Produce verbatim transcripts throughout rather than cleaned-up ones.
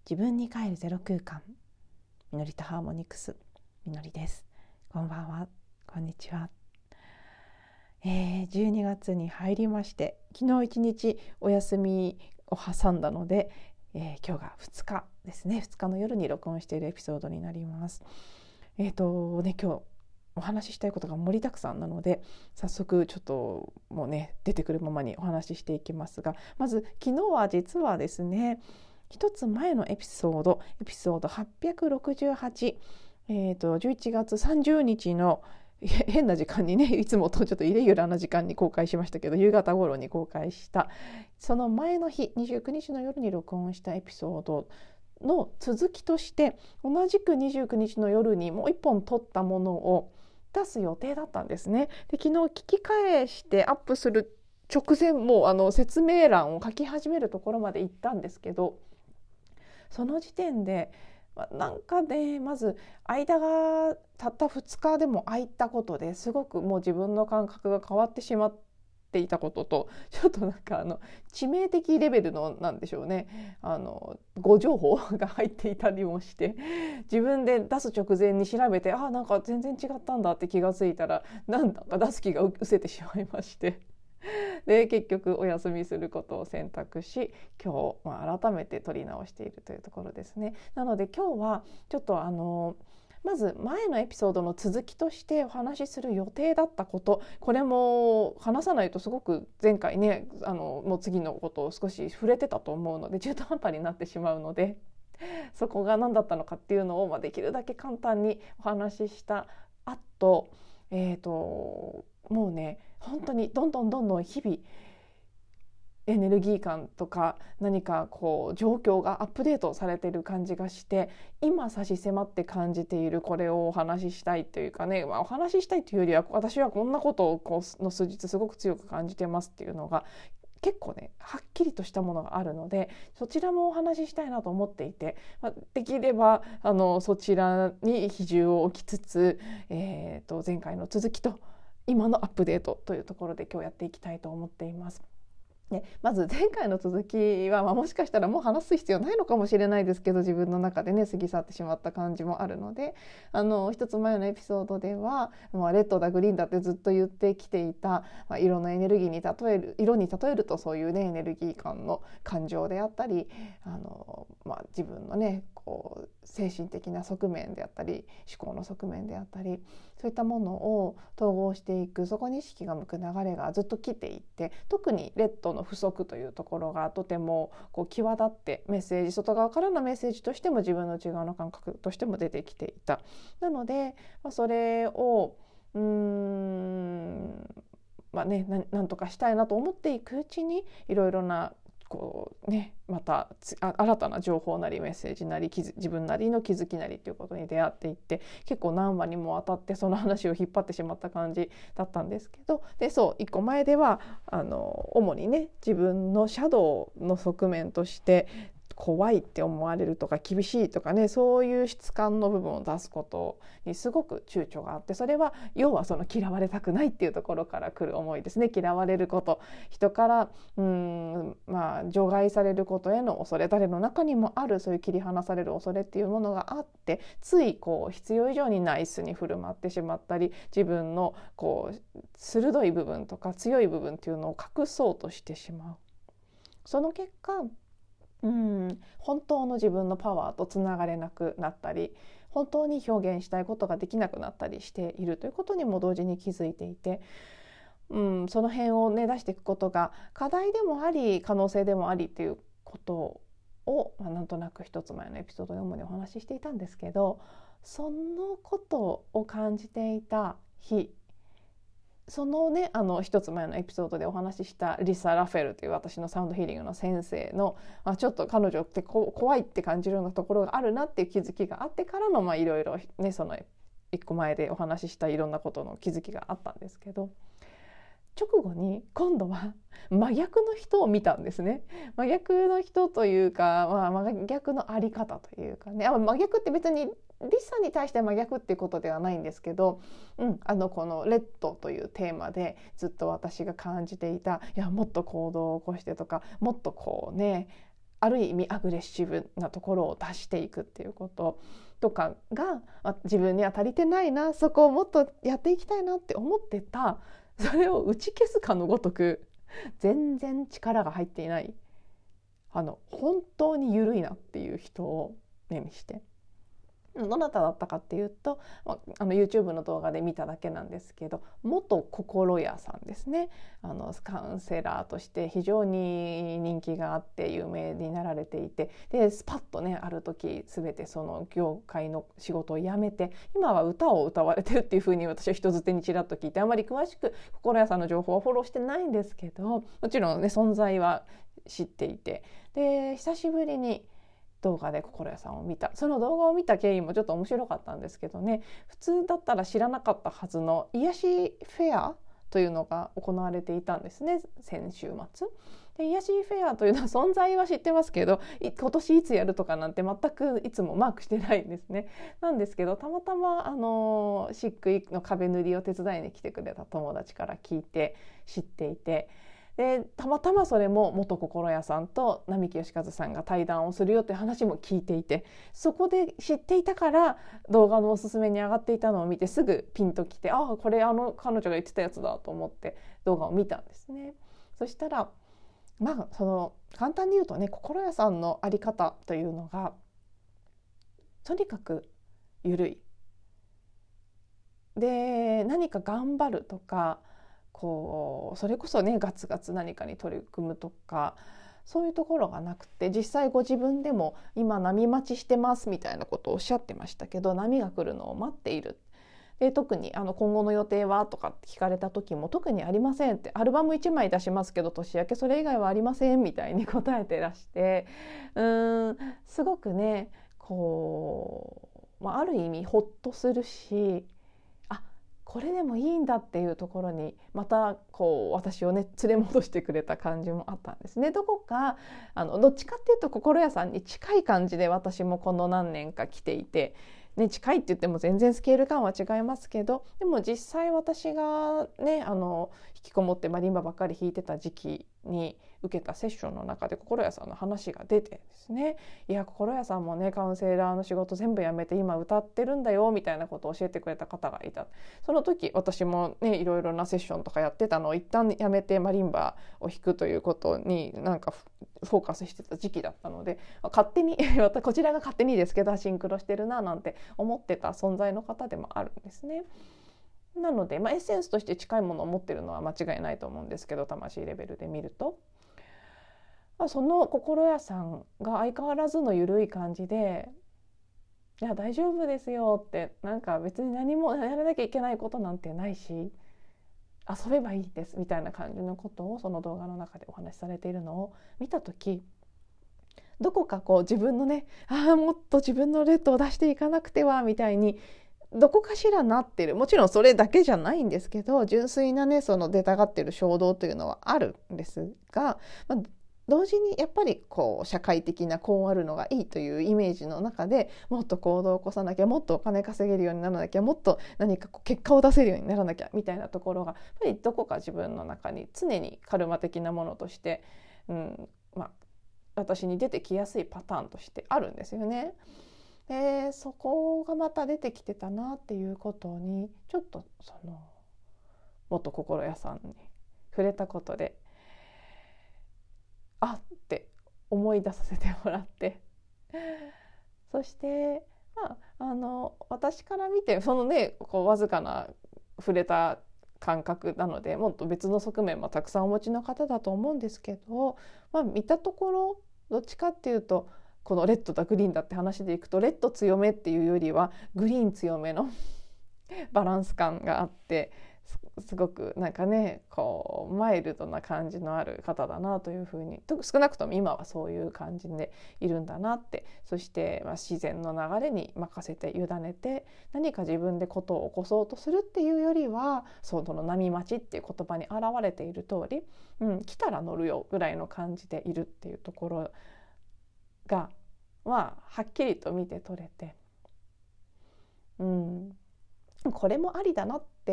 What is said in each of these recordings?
自分に帰るゼロ空間、みのりとハーモニクス、みのりです。こんばんは、こんにちは。えー、じゅうにがつに入りまして、昨日一日お休みを挟んだので、えー、今日がふつかですね。ふつかの夜に録音しているエピソードになります。えっとね今日お話ししたいことが盛りだくさんなので、早速ちょっともうね出てくるままにお話ししていきますが、まず昨日は実はですね、一つ前のエピソードエピソードはっぴゃくろくじゅうはち、えー、とじゅういちがつさんじゅうにちの変な時間にね、いつもとちょっとイレギュラーな時間に公開しましたけど、夕方頃に公開したその前の日にじゅうくにちの夜に録音したエピソードの続きとして、同じくにじゅうくにちの夜にもう一本撮ったものを出す予定だったんですね。で、昨日聞き返してアップする直前、もうあの説明欄を書き始めるところまで行ったんですけど、その時点でなんかね、まず間がたったふつかでも空いたことですごくもう自分の感覚が変わってしまっていたことと、ちょっとなんかあの致命的レベルのなんでしょうね、あの誤情報が入っていたりもして、自分で出す直前に調べて、あ、なんか全然違ったんだって気がついたら、なんだか出す気が失せてしまいましてで、結局お休みすることを選択し、今日、まあ、改めて撮り直しているというところですね。なので今日はちょっとあのまず前のエピソードの続きとしてお話しする予定だったこと、これも話さないとすごく前回ね、あのもう次のことを少し触れてたと思うので中途半端になってしまうので、そこが何だったのかっていうのを、まあ、できるだけ簡単にお話しした後、えーともうね本当にどんどんどんどん日々エネルギー感とか何かこう状況がアップデートされている感じがして、今差し迫って感じているこれをお話ししたいというかね、まあ、お話ししたいというよりは、私はこんなことをこうの数日すごく強く感じてますっていうのが結構ねはっきりとしたものがあるので、そちらもお話ししたいなと思っていて、まあ、できればあのそちらに比重を置きつつ、えーと前回の続きと今のアップデートというところで今日やっていきたいと思っています。ね、まず前回の続きは、まあ、もしかしたらもう話す必要ないのかもしれないですけど、自分の中でね過ぎ去ってしまった感じもあるので、あの一つ前のエピソードでは、まあ、レッドだグリーンだってずっと言ってきていた、まあ、色のエネルギーに例える色に例えると、そういうねエネルギー感の感情であったり、あの、まあ、自分のねこう精神的な側面であったり思考の側面であったり、そういったものを統合していく、そこに意識が向く流れがずっと来ていて、特にレッドの不足というところがとてもこう際立って、メッセージ、外側からのメッセージとしても自分の内側の感覚としても出てきていた。なので、まあ、それをうーんまあね、な, なんとかしたいなと思っていくうちに、いろいろなこうね、また新たな情報なりメッセージなり自分なりの気づきなりということに出会っていって、結構何話にもわたってその話を引っ張ってしまった感じだったんですけど、でそういっこまえではあの主にね自分のシャドウの側面として怖いって思われるとか厳しいとかね、そういう質感の部分を出すことにすごく躊躇があって、それは要はその嫌われたくないっていうところから来る思いですね。嫌われること、人からうーん、まあ、除外されることへの恐れ、誰の中にもあるそういう切り離される恐れっていうものがあって、ついこう必要以上にナイスに振る舞ってしまったり、自分のこう鋭い部分とか強い部分っていうのを隠そうとしてしまう。その結果うん本当の自分のパワーとつながれなくなったり、本当に表現したいことができなくなったりしているということにも同時に気づいていて、うん、その辺をね出していくことが課題でもあり可能性でもありということを、まあ、なんとなく一つ前のエピソードで主にお話ししていたんですけど、そのことを感じていた日、そのねあの一つ前のエピソードでお話ししたリサ・ラフェルという私のサウンドヒーリングの先生の、まあ、ちょっと彼女ってこ怖いって感じるようなところがあるなっていう気づきがあってからの、まあいろいろねその一個前でお話ししたいろんなことの気づきがあったんですけど、直後に今度は真逆の人を見たんですね。真逆の人というか、まあ、真逆のあり方というかね、あ真逆って別にリサに対して真逆っていうことではないんですけど、うん、あのこのレッドというテーマでずっと私が感じていた、いやもっと行動を起こしてとか、もっとこうねある意味アグレッシブなところを出していくっていうこととかが自分には足りてないな、そこをもっとやっていきたいなって思ってた、それを打ち消すかのごとく全然力が入っていない、あの本当に緩いなっていう人を目にして、どなただったかっていうと、あの YouTube の動画で見ただけなんですけど、元心屋さんですね。あのカウンセラーとして非常に人気があって有名になられていて、でスパッとねある時全てその業界の仕事を辞めて今は歌を歌われてるっていうふうに私は人づてにちらっと聞いて、あまり詳しく心屋さんの情報はフォローしてないんですけど、もちろんね存在は知っていて、で久しぶりに動画で心屋さんを見た。その動画を見た経緯もちょっと面白かったんですけどね、普通だったら知らなかったはずの癒しフェアというのが行われていたんですね、先週末で。癒しフェアというのは存在は知ってますけど、今年いつやるとかなんて全くいつもマークしてないんですね。なんですけど、たまたまあの漆喰の壁塗りを手伝いに来てくれた友達から聞いて知っていて、でたまたまそれも元心屋さんと並木義和さんが対談をするよという話も聞いていて、そこで知っていたから動画のおすすめに上がっていたのを見てすぐピンときて、ああこれあの彼女が言ってたやつだと思って動画を見たんですね。そしたらまあその簡単に言うとね、心屋さんのあり方というのがとにかく緩いで、何か頑張るとかこうそれこそねガツガツ何かに取り組むとかそういうところがなくて、実際ご自分でも今波待ちしてますみたいなことをおっしゃってましたけど、波が来るのを待っている。で特にあの今後の予定はとかって聞かれた時も特にありませんって、アルバムいちまい出しますけど年明けそれ以外はありませんみたいに答えてらして、うーんすごくねこう、まあ、ある意味ほっとするし、これでもいいんだっていうところにまたこう私をね連れ戻してくれた感じもあったんですね。どこかあのどっちかっていうと心屋さんに近い感じで私もこの何年か来ていて、ね、近いって言っても全然スケール感は違いますけど、でも実際私がねあの引きこもってマリンバばっかり弾いてた時期に受けたセッションの中で心屋さんの話が出てですね、いや心屋さんもねカウンセラーの仕事全部やめて今歌ってるんだよみたいなことを教えてくれた方がいた。その時私もねいろいろなセッションとかやってたのを一旦やめてマリンバを弾くということになんかフォーカスしてた時期だったので、勝手にこちらが勝手にですけどシンクロしてるななんて思ってた存在の方でもあるんですね。なので、まあ、エッセンスとして近いものを持ってるのは間違いないと思うんですけど、魂レベルで見るとその心屋さんが相変わらずの緩い感じで、いや大丈夫ですよって、なんか別に何もやらなきゃいけないことなんてないし遊べばいいですみたいな感じのことをその動画の中でお話しされているのを見たとき、どこかこう自分のねああもっと自分のレッドを出していかなくてはみたいにどこかしらなってる。もちろんそれだけじゃないんですけど、純粋なねその出たがってる衝動というのはあるんですが、まあ、同時にやっぱりこう社会的なこうあるのがいいというイメージの中でもっと行動を起こさなきゃ、もっとお金稼げるようにならなきゃ、もっと何かこう結果を出せるようにならなきゃみたいなところがやっぱりどこか自分の中に常にカルマ的なものとして、うんまあ、私に出てきやすいパターンとしてあるんですよね。でそこがまた出てきてたなっていうことにちょっとその元心屋さんに触れたことであって思い出させてもらって、そして、まあ、あの私から見てそのねこうわずかな触れた感覚なのでもっと別の側面もたくさんお持ちの方だと思うんですけど、まあ、見たところどっちかっていうとこのレッドだグリーンだって話でいくとレッド強めっていうよりはグリーン強めのバランス感があって、すごくなんかねこうマイルドな感じのある方だなというふうに、少なくとも今はそういう感じでいるんだなって。そして、まあ、自然の流れに任せて委ねて何か自分でことを起こそうとするっていうよりは、その波待ちっていう言葉に表れている通り、うん、来たら乗るよぐらいの感じでいるっていうところが、まあ、はっきりと見て取れて、うん、これもありだなって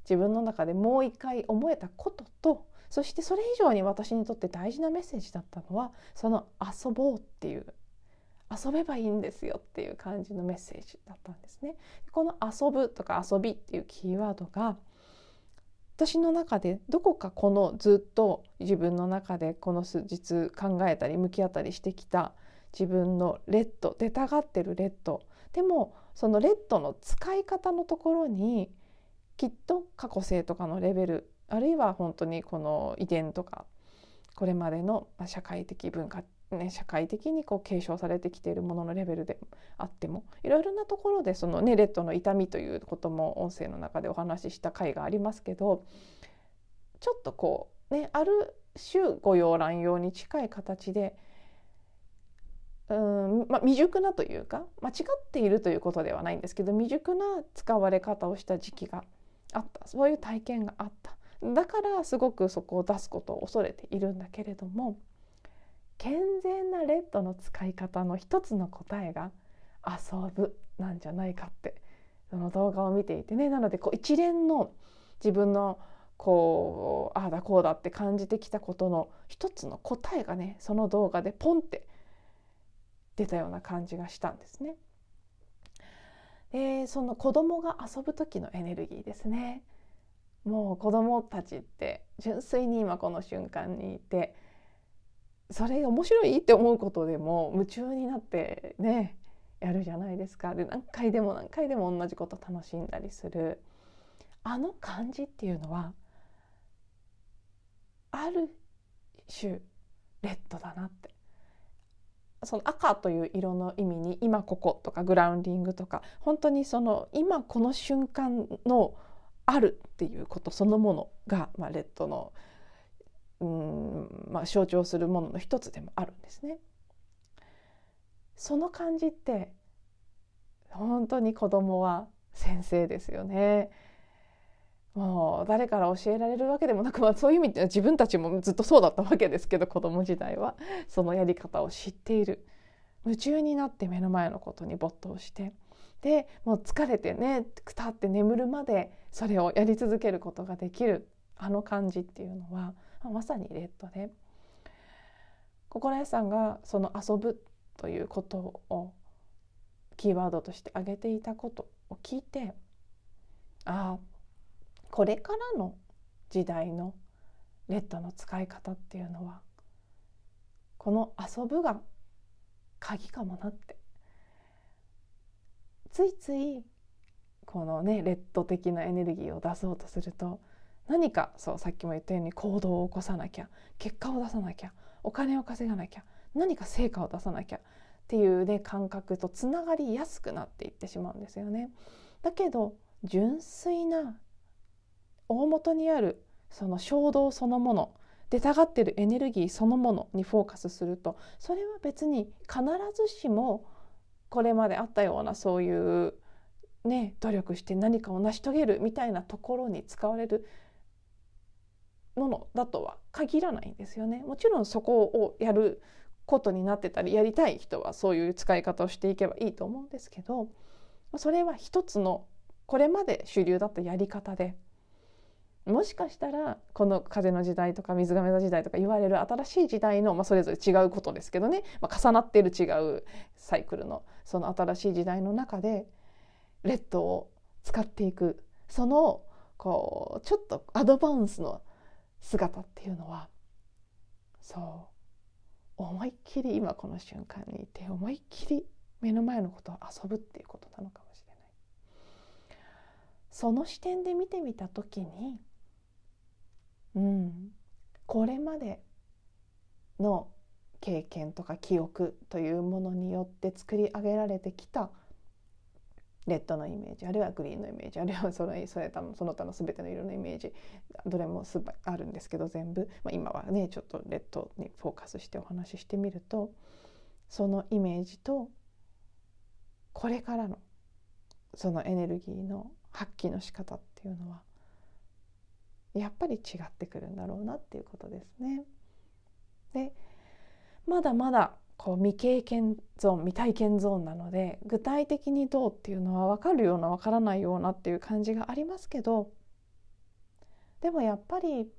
自分の中でもう一回思えたことと、そしてそれ以上に私にとって大事なメッセージだったのは、その遊ぼうっていう、遊べばいいんですよっていう感じのメッセージだったんですね。この遊ぶとか遊びっていうキーワードが私の中でどこかこのずっと自分の中でこの数日考えたり向き合ったりしてきた自分のレッド、出たがってるレッドでも、そのレッドの使い方のところにきっと過去性とかのレベル、あるいは本当にこの遺伝とかこれまでの社会的文化、ね、社会的にこう継承されてきているもののレベルであっても、いろいろなところでその、ね、レッドの痛みということも音声の中でお話しした回がありますけど、ちょっとこうね、ある種御用乱用に近い形でうーん、まあ、未熟なというか間違っているということではないんですけど、未熟な使われ方をした時期があった、そういう体験があった。だからすごくそこを出すことを恐れているんだけれども、健全なレッドの使い方の一つの答えが遊ぶなんじゃないかって、その動画を見ていてね、なのでこう一連の自分のこうああだこうだって感じてきたことの一つの答えがね、その動画でポンって出たような感じがしたんですね。で、その子供が遊ぶ時のエネルギーですね。もう子供たちって純粋に今この瞬間にいて、それ面白いって思うことでも夢中になってねやるじゃないですか。で、何回でも何回でも同じこと楽しんだりするあの感じっていうのは、ある種レッドだなって。その赤という色の意味に今こことかグラウンディングとか、本当にその今この瞬間のあるっていうことそのものが、まあ、レッドのうーん、まあ、象徴するものの一つでもあるんですね。その感じって本当に子供は先生ですよね。もう誰から教えられるわけでもなく、まあ、そういう意味では自分たちもずっとそうだったわけですけど、子供時代はそのやり方を知っている。夢中になって目の前のことに没頭して、でもう疲れてねくたって眠るまでそれをやり続けることができるあの感じっていうのはまさにレッドで、心屋さんがその遊ぶということをキーワードとして挙げていたことを聞いて、ああこれからの時代のレッドの使い方っていうのはこの遊ぶが鍵かもなって、ついついこのねレッド的なエネルギーを出そうとすると、何かそうさっきも言ったように行動を起こさなきゃ、結果を出さなきゃ、お金を稼がなきゃ、何か成果を出さなきゃっていうね感覚とつながりやすくなっていってしまうんですよね。だけど純粋な大元にあるその衝動そのもの、出たがってるエネルギーそのものにフォーカスすると、それは別に必ずしもこれまであったようなそういうね努力して何かを成し遂げるみたいなところに使われるものだとは限らないんですよね。もちろんそこをやることになってたり、やりたい人はそういう使い方をしていけばいいと思うんですけど、それは一つのこれまで主流だったやり方で、もしかしたらこの風の時代とか水亀座時代とか言われる新しい時代の、まあ、それぞれ違うことですけどね、まあ、重なっている違うサイクルのその新しい時代の中でレッドを使っていく、そのこうちょっとアドバンスの姿っていうのは、そう思いっきり今この瞬間にいて思いっきり目の前のことを遊ぶっていうことなのかもしれない。その視点で見てみたときに、うん、これまでの経験とか記憶というものによって作り上げられてきたレッドのイメージ、あるいはグリーンのイメージ、あるいはそのそれその他の全ての色のイメージ、どれもすばあるんですけど全部、まあ、今はねちょっとレッドにフォーカスしてお話ししてみると、そのイメージとこれからのそのエネルギーの発揮の仕方っていうのはやっぱり違ってくるんだろうなっていうことですね。で、まだまだこう未経験ゾーン、未体験ゾーンなので、具体的にどうっていうのは分かるような分からないようなっていう感じがありますけど、 でもやっぱり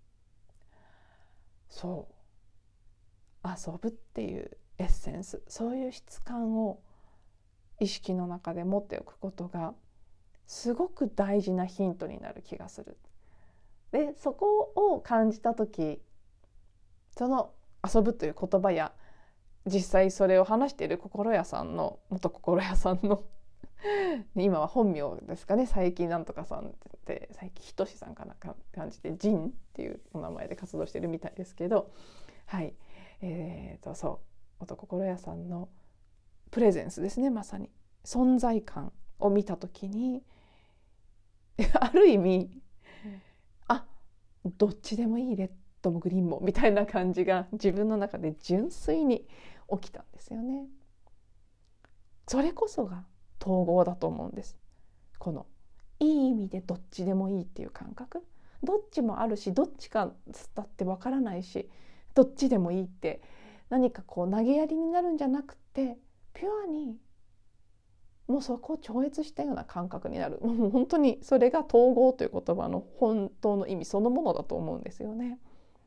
そう遊ぶっていうエッセンス、そういう質感を意識の中で持っておくことがすごく大事なヒントになる気がする。でそこを感じた時、その遊ぶという言葉や実際それを話している心屋さんの元心屋さんの今は本名ですかね、佐伯なんとかさんって佐伯仁さんかな感じでジンっていうお名前で活動してるみたいですけど、はいえー、とそう元心屋さんのプレゼンスですね、まさに存在感を見た時にある意味、うん、あどっちでもいいレッドもグリーンもみたいな感じが自分の中で純粋に起きたんですよね。それこそが統合だと思うんです。このいい意味でどっちでもいいっていう感覚、どっちもあるしどっちかだってわからないしどっちでもいいって何かこう投げやりになるんじゃなくて、ピュアにもうそこを超越したような感覚になる。もう本当にそれが統合という言葉の本当の意味そのものだと思うんですよね。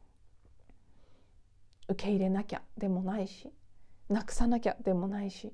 受け入れなきゃでもないし、なくさなきゃでもないし、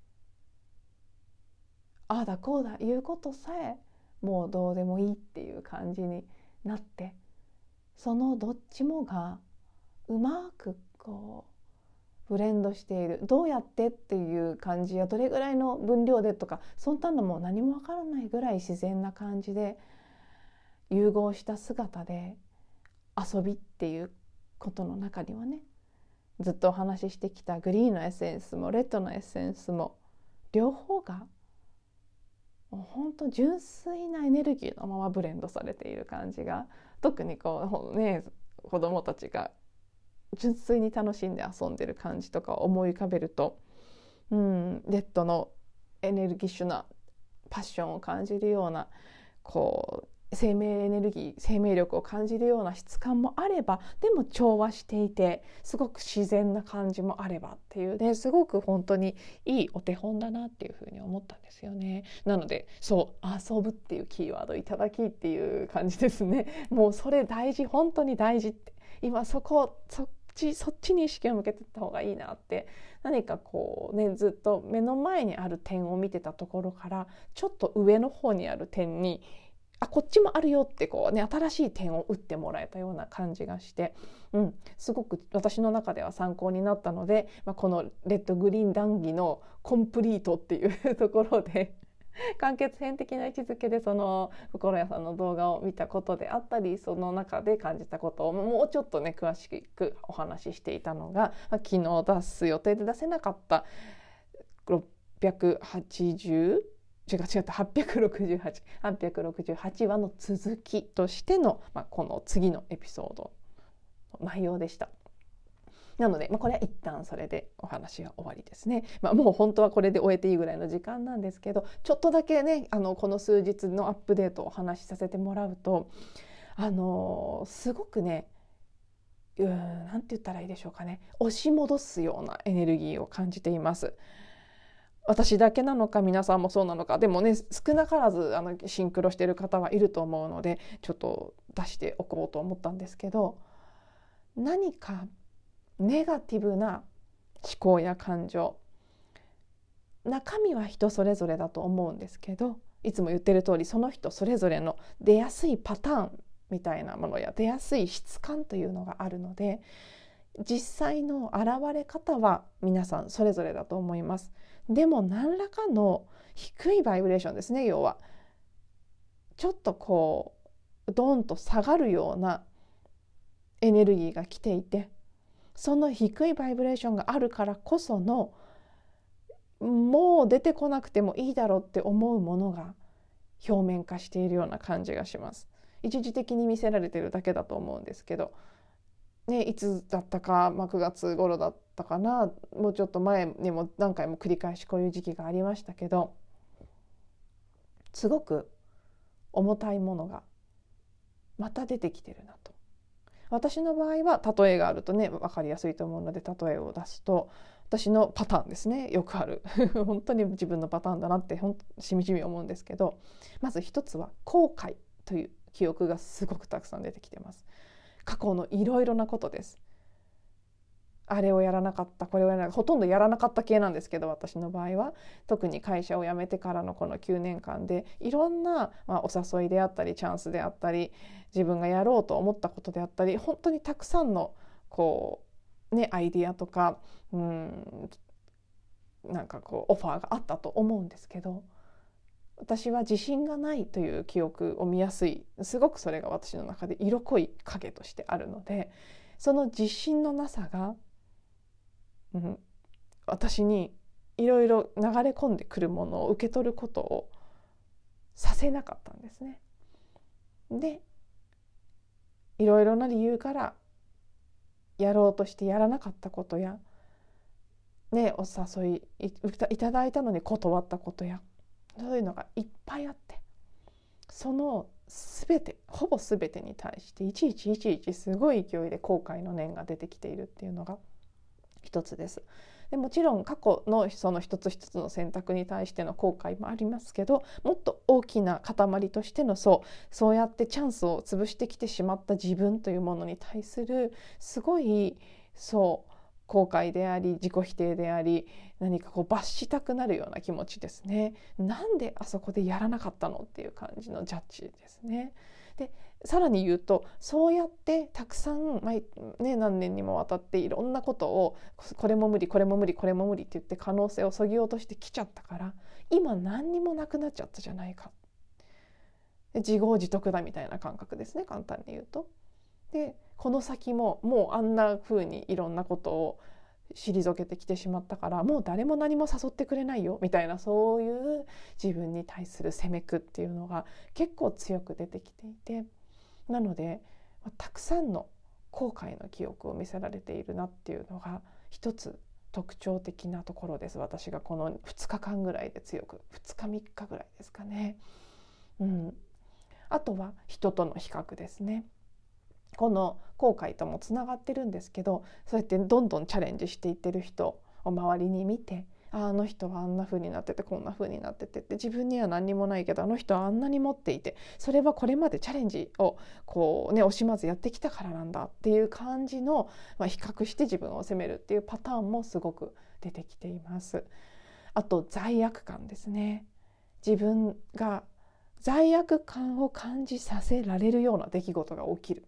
ああだこうだ言うことさえもうどうでもいいっていう感じになって、そのどっちもがうまくこうブレンドしている。どうやってっていう感じやどれぐらいの分量でとかそんなのも何もわからないぐらい自然な感じで融合した姿で遊びっていうことの中にはね、ずっとお話ししてきたグリーンのエッセンスもレッドのエッセンスも両方がもう本当純粋なエネルギーのままブレンドされている感じが、特にこうね子どもたちが純粋に楽しんで遊んでる感じとかを思い浮かべると、うん、レッドのエネルギッシュなパッションを感じるようなこう生命エネルギー生命力を感じるような質感もあれば、でも調和していてすごく自然な感じもあればっていうね、すごく本当にいいお手本だなっていうふうに思ったんですよね。なのでそう遊ぶっていうキーワードいただきっていう感じですね。もうそれ大事、本当に大事って、今そこそっちそっちに意識を向けていった方がいいなって、何かこうねずっと目の前にある点を見てたところからちょっと上の方にある点にあこっちもあるよってこうね新しい点を打ってもらえたような感じがして、うん、すごく私の中では参考になったので、まあ、このレッドグリーン談義のコンプリートっていうところで完結編的な位置づけでその心屋さんの動画を見たことであったり、その中で感じたことをもうちょっとね詳しくお話ししていたのが、まあ、昨日出す予定で出せなかったろっぴゃくはちじゅう違う違ったはっぴゃくろくじゅうはち、はっぴゃくろくじゅうはちわの続きとしての、まあ、この次のエピソードの内容でした。なので、まあ、これは一旦それでお話は終わりですね。まあ、もう本当はこれで終えていいぐらいの時間なんですけど、ちょっとだけねあのこの数日のアップデートをお話しさせてもらうと、あのー、すごくねうーんなんて言ったらいいでしょうかね、押し戻すようなエネルギーを感じています。私だけなのか皆さんもそうなのか、でもね少なからずあのシンクロしている方はいると思うのでちょっと出しておこうと思ったんですけど、何かネガティブな思考や感情、中身は人それぞれだと思うんですけど、いつも言ってる通りその人それぞれの出やすいパターンみたいなものや出やすい質感というのがあるので、実際の現れ方は皆さんそれぞれだと思います。でも何らかの低いバイブレーションですね、要はちょっとこうドーンと下がるようなエネルギーが来ていて、その低いバイブレーションがあるからこそのもう出てこなくてもいいだろうって思うものが表面化しているような感じがします。一時的に見せられているだけだと思うんですけどね、いつだったか、まあ、くがつ頃だったかな、もうちょっと前にも何回も繰り返しこういう時期がありましたけど、すごく重たいものがまた出てきてるなと。私の場合は例えがあるとね分かりやすいと思うので例えを出すと、私のパターンですね、よくある本当に自分のパターンだなってほんとしみじみ思うんですけど、まず一つは後悔という記憶がすごくたくさん出てきてます。過去のいろいろなことです。あれをやらなかった、これをやらなかった、ほとんどやらなかった系なんですけど、私の場合は特に会社を辞めてからのこのきゅうねんかんでいろんな、まあ、お誘いであったりチャンスであったり自分がやろうと思ったことであったり、本当にたくさんのこうねアイディアとかうんなんかこうオファーがあったと思うんですけど、私は自信がないという記憶を見やすい、すごくそれが私の中で色濃い影としてあるので、その自信のなさが、うん、私にいろいろ流れ込んでくるものを受け取ることをさせなかったんですね。で、いろいろな理由からやろうとしてやらなかったことや、ね、お誘い い, いただいたのに断ったことや、そういうのがいっぱいあって、その全てほぼ全てに対していちいちいちいちすごい勢いで後悔の念が出てきているっていうのが一つです。でもちろん過去のその一つ一つの選択に対しての後悔もありますけど、もっと大きな塊としてのそうそうやってチャンスを潰してきてしまった自分というものに対するすごいそう後悔であり自己否定であり、何かこう罰したくなるような気持ちですね。なんであそこでやらなかったのっていう感じのジャッジですね。でさらに言うと、そうやってたくさん、まあね、何年にもわたっていろんなことをこれも無理これも無理これも無理って言って可能性をそぎ落としてきちゃったから、今何にもなくなっちゃったじゃないか、自業自得だみたいな感覚ですね、簡単に言うと。でこの先ももうあんな風にいろんなことを退けてきてしまったから、もう誰も何も誘ってくれないよみたいな、そういう自分に対する責めくっていうのが結構強く出てきていて、なのでたくさんの後悔の記憶を見せられているなっていうのが一つ特徴的なところです。私がこのふつかかんぐらいで強く、ふつかみっかぐらいですかね、うん、あとは人との比較ですね。この後悔ともつながってるんですけど、そうやってどんどんチャレンジしていってる人を周りに見て、あ, あの人はあんな風になっててこんな風になっててって、自分には何にもないけどあの人はあんなに持っていて、それはこれまでチャレンジをこうね惜しまずやってきたからなんだっていう感じの、まあ、比較して自分を責めるっていうパターンもすごく出てきています。あと罪悪感ですね。自分が罪悪感を感じさせられるような出来事が起きる。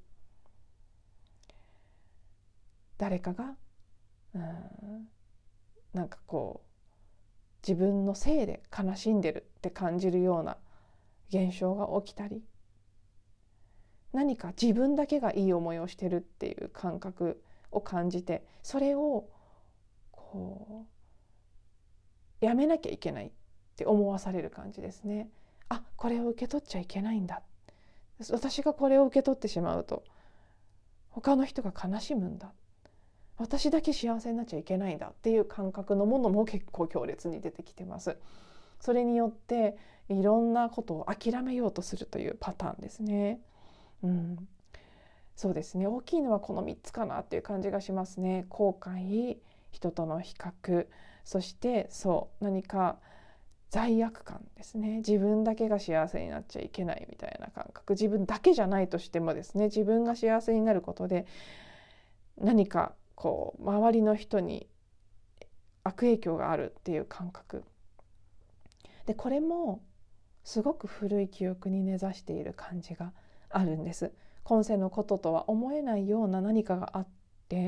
誰かがうーんなんかこう自分のせいで悲しんでるって感じるような現象が起きたり、何か自分だけがいい思いをしてるっていう感覚を感じて、それをこうやめなきゃいけないって思わされる感じですね。あ、これを受け取っちゃいけないんだ、私がこれを受け取ってしまうと他の人が悲しむんだ、私だけ幸せになっちゃいけないんだっていう感覚のものも結構強烈に出てきてます。それによっていろんなことを諦めようとするというパターンですね、うん、そうですね。大きいのはこのみっつかなっていう感じがしますね。後悔、人との比較、そしてそう何か罪悪感ですね。自分だけが幸せになっちゃいけないみたいな感覚、自分だけじゃないとしてもですね、自分が幸せになることで何かこう周りの人に悪影響があるっていう感覚で、これもすごく古い記憶に根ざしている感じがあるんです。今世のこととは思えないような何かがあって、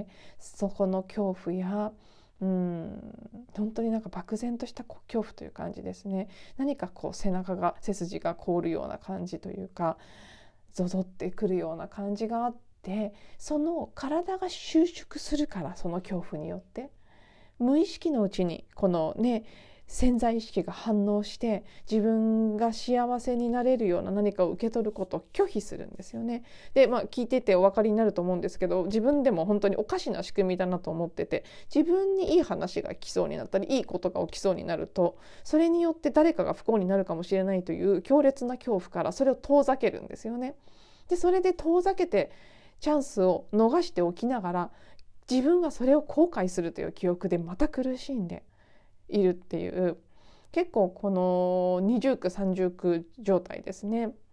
そこの恐怖やうん本当になんか漠然とした恐怖という感じですね。何かこう背中が背筋が凍るような感じというか、ゾゾってくるような感じがあって、その体が収縮するから、その恐怖によって無意識のうちにこのね潜在意識が反応して自分が幸せになれるような何かを受け取ることを拒否するんですよね。で、まあ、聞いててお分かりになると思うんですけど、自分でも本当におかしな仕組みだなと思ってて、自分にいい話が来そうになったりいいことが起きそうになると、それによって誰かが不幸になるかもしれないという強烈な恐怖からそれを遠ざけるんですよね。でそれで遠ざけてチャンスを逃しておきながら、自分がそれを後悔するという記憶でまた苦しんでいるっていう、結構この二重苦三重苦状態ですね。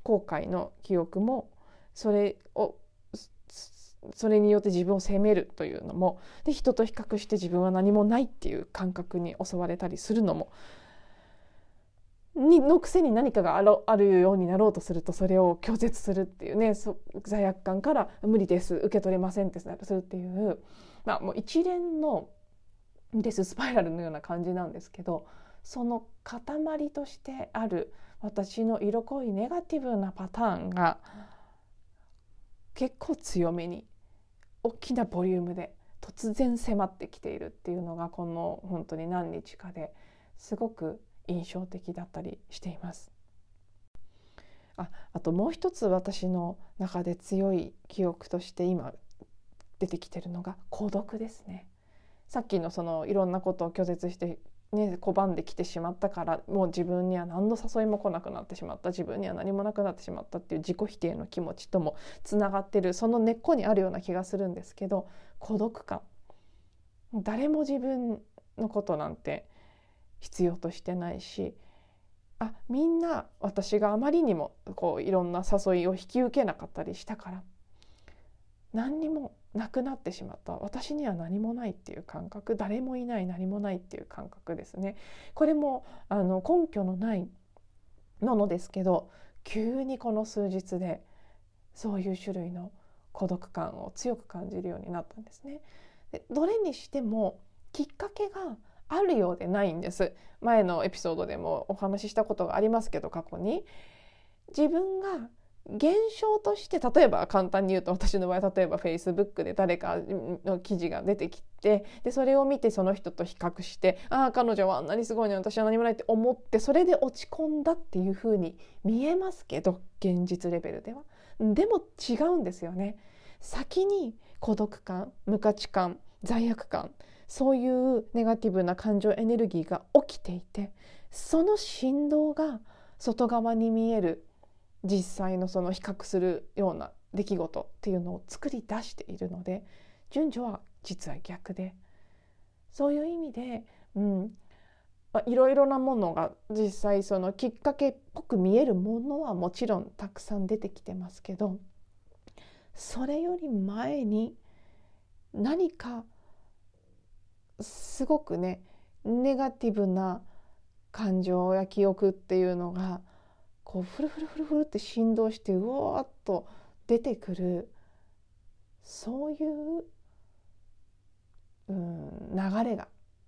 後悔の記憶もそれをそれによって自分を責めるというのもで、人と比較して自分は何もないっていう感覚に襲われたりするのもにのくせに何かがある、あるようになろうとするとそれを拒絶するっていうね、そ罪悪感から無理です受け取れませんってするっていう、まあ、もう一連のデススパイラルのような感じなんですけど、その塊としてある私の色濃いネガティブなパターンが結構強めに大きなボリュームで突然迫ってきているっていうのがこの本当に何日かですごく印象的だったりしています。あ、あともう一つ私の中で強い記憶として今出てきているのが孤独ですね。さっきのそのいろんなことを拒絶してね、拒んできてしまったからもう自分には何の誘いも来なくなってしまった、自分には何もなくなってしまったっていう自己否定の気持ちともつながってる、その根っこにあるような気がするんですけど、孤独感、誰も自分のことなんて必要としてないし、あ、みんな私があまりにもこういろんな誘いを引き受けなかったりしたから何にもなくなってしまった、私には何もないっていう感覚、誰もいない何もないっていう感覚ですね。これもあの根拠のないものですけど、急にこの数日でそういう種類の孤独感を強く感じるようになったんですね。でどれにしてもきっかけがあるようでないんです。前のエピソードでもお話ししたことがありますけど、過去に自分が現象として、例えば簡単に言うと私の場合、例えば Facebook で誰かの記事が出てきて、でそれを見てその人と比較して、ああ彼女はあんなにすごいのに私は何もないって思って、それで落ち込んだっていう風に見えますけど、現実レベルではでも違うんですよね。先に孤独感、無価値観、罪悪感、そういうネガティブな感情エネルギーが起きていて、その振動が外側に見える実際のその比較するような出来事っていうのを作り出しているので、順序は実は逆で、そういう意味で、うんまあ、いろいろなものが実際そのきっかけっぽく見えるものはもちろんたくさん出てきてますけど、それより前に何かすごくねネガティブな感情や記憶っていうのがこうフルフルフルフルって振動してうわーっと出てくる、そういう、うん、流れが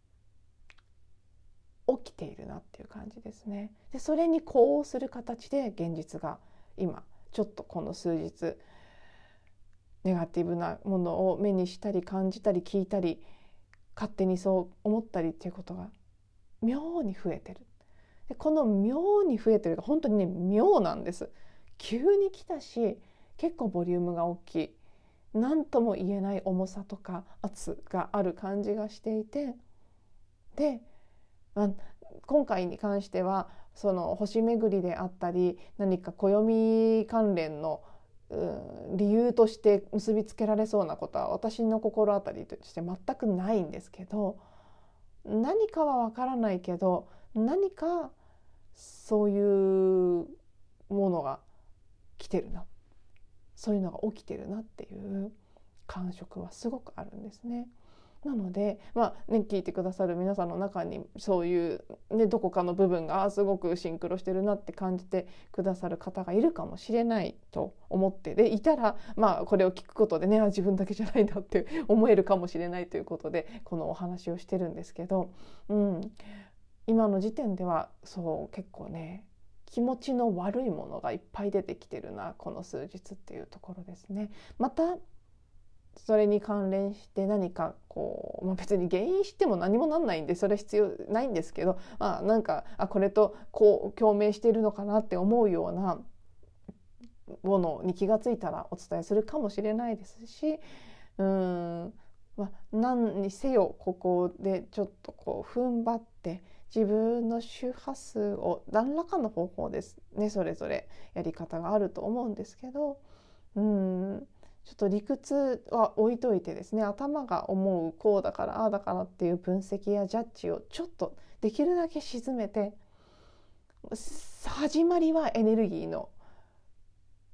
起きているなっていう感じですね。でそれに呼応する形で現実が今ちょっとこの数日ネガティブなものを目にしたり感じたり聞いたり勝手にそう思ったりっていうことが妙に増えてる。でこの妙に増えてるが本当にね妙なんです。急に来たし結構ボリュームが大きい、何とも言えない重さとか圧がある感じがしていて、で、まあ、今回に関してはその星巡りであったり何か暦関連のうん、理由として結びつけられそうなことは私の心当たりとして全くないんですけど、何かはわからないけど何かそういうものが来てるな、そういうのが起きてるなっていう感触はすごくあるんですね。なので、まあね、聞いてくださる皆さんの中にそういう、ね、どこかの部分がすごくシンクロしてるなって感じてくださる方がいるかもしれないと思って、でいたら、まあ、これを聞くことでね、自分だけじゃないんだって思えるかもしれないということでこのお話をしてるんですけど、うん、今の時点ではそう結構ね気持ちの悪いものがいっぱい出てきてるなこの数日っていうところですね。またそれに関連して何かこう、まあ、別に原因知っても何もなんないんでそれ必要ないんですけど、まあ、なんかあこれとこう共鳴しているのかなって思うようなものに気がついたらお伝えするかもしれないですし、うーん、まあ、何にせよここでちょっとこう踏ん張って自分の周波数を何らかの方法ですね、それぞれやり方があると思うんですけど、うーんちょっと理屈は置いといてですね、頭が思うこうだからああだからっていう分析やジャッジをちょっとできるだけ沈めて、始まりはエネルギーの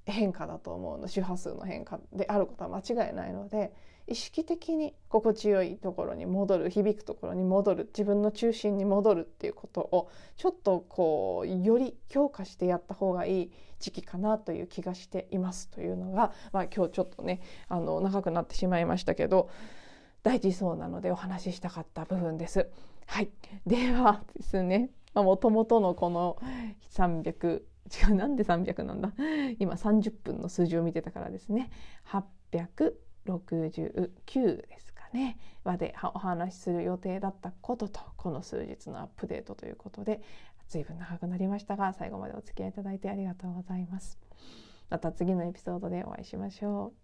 変化だと思うの、周波数の変化であることは間違いないので、意識的に心地よいところに戻る、響くところに戻る、自分の中心に戻るっていうことをちょっとこうより強化してやった方がいい時期かなという気がしていますというのが、まあ、今日ちょっとねあの長くなってしまいましたけど、大事そうなのでお話ししたかった部分です。はい、ではですね、もともとのこのさんびゃく、違う、なんでさんびゃくなんだ、今さんじゅっぷんの数字を見てたからですね。はっぴゃくろくじゅうきゅうですかねまでお話しする予定だったことと、この数日のアップデートということで随分長くなりましたが、最後までお付き合いいただいてありがとうございます。また次のエピソードでお会いしましょう。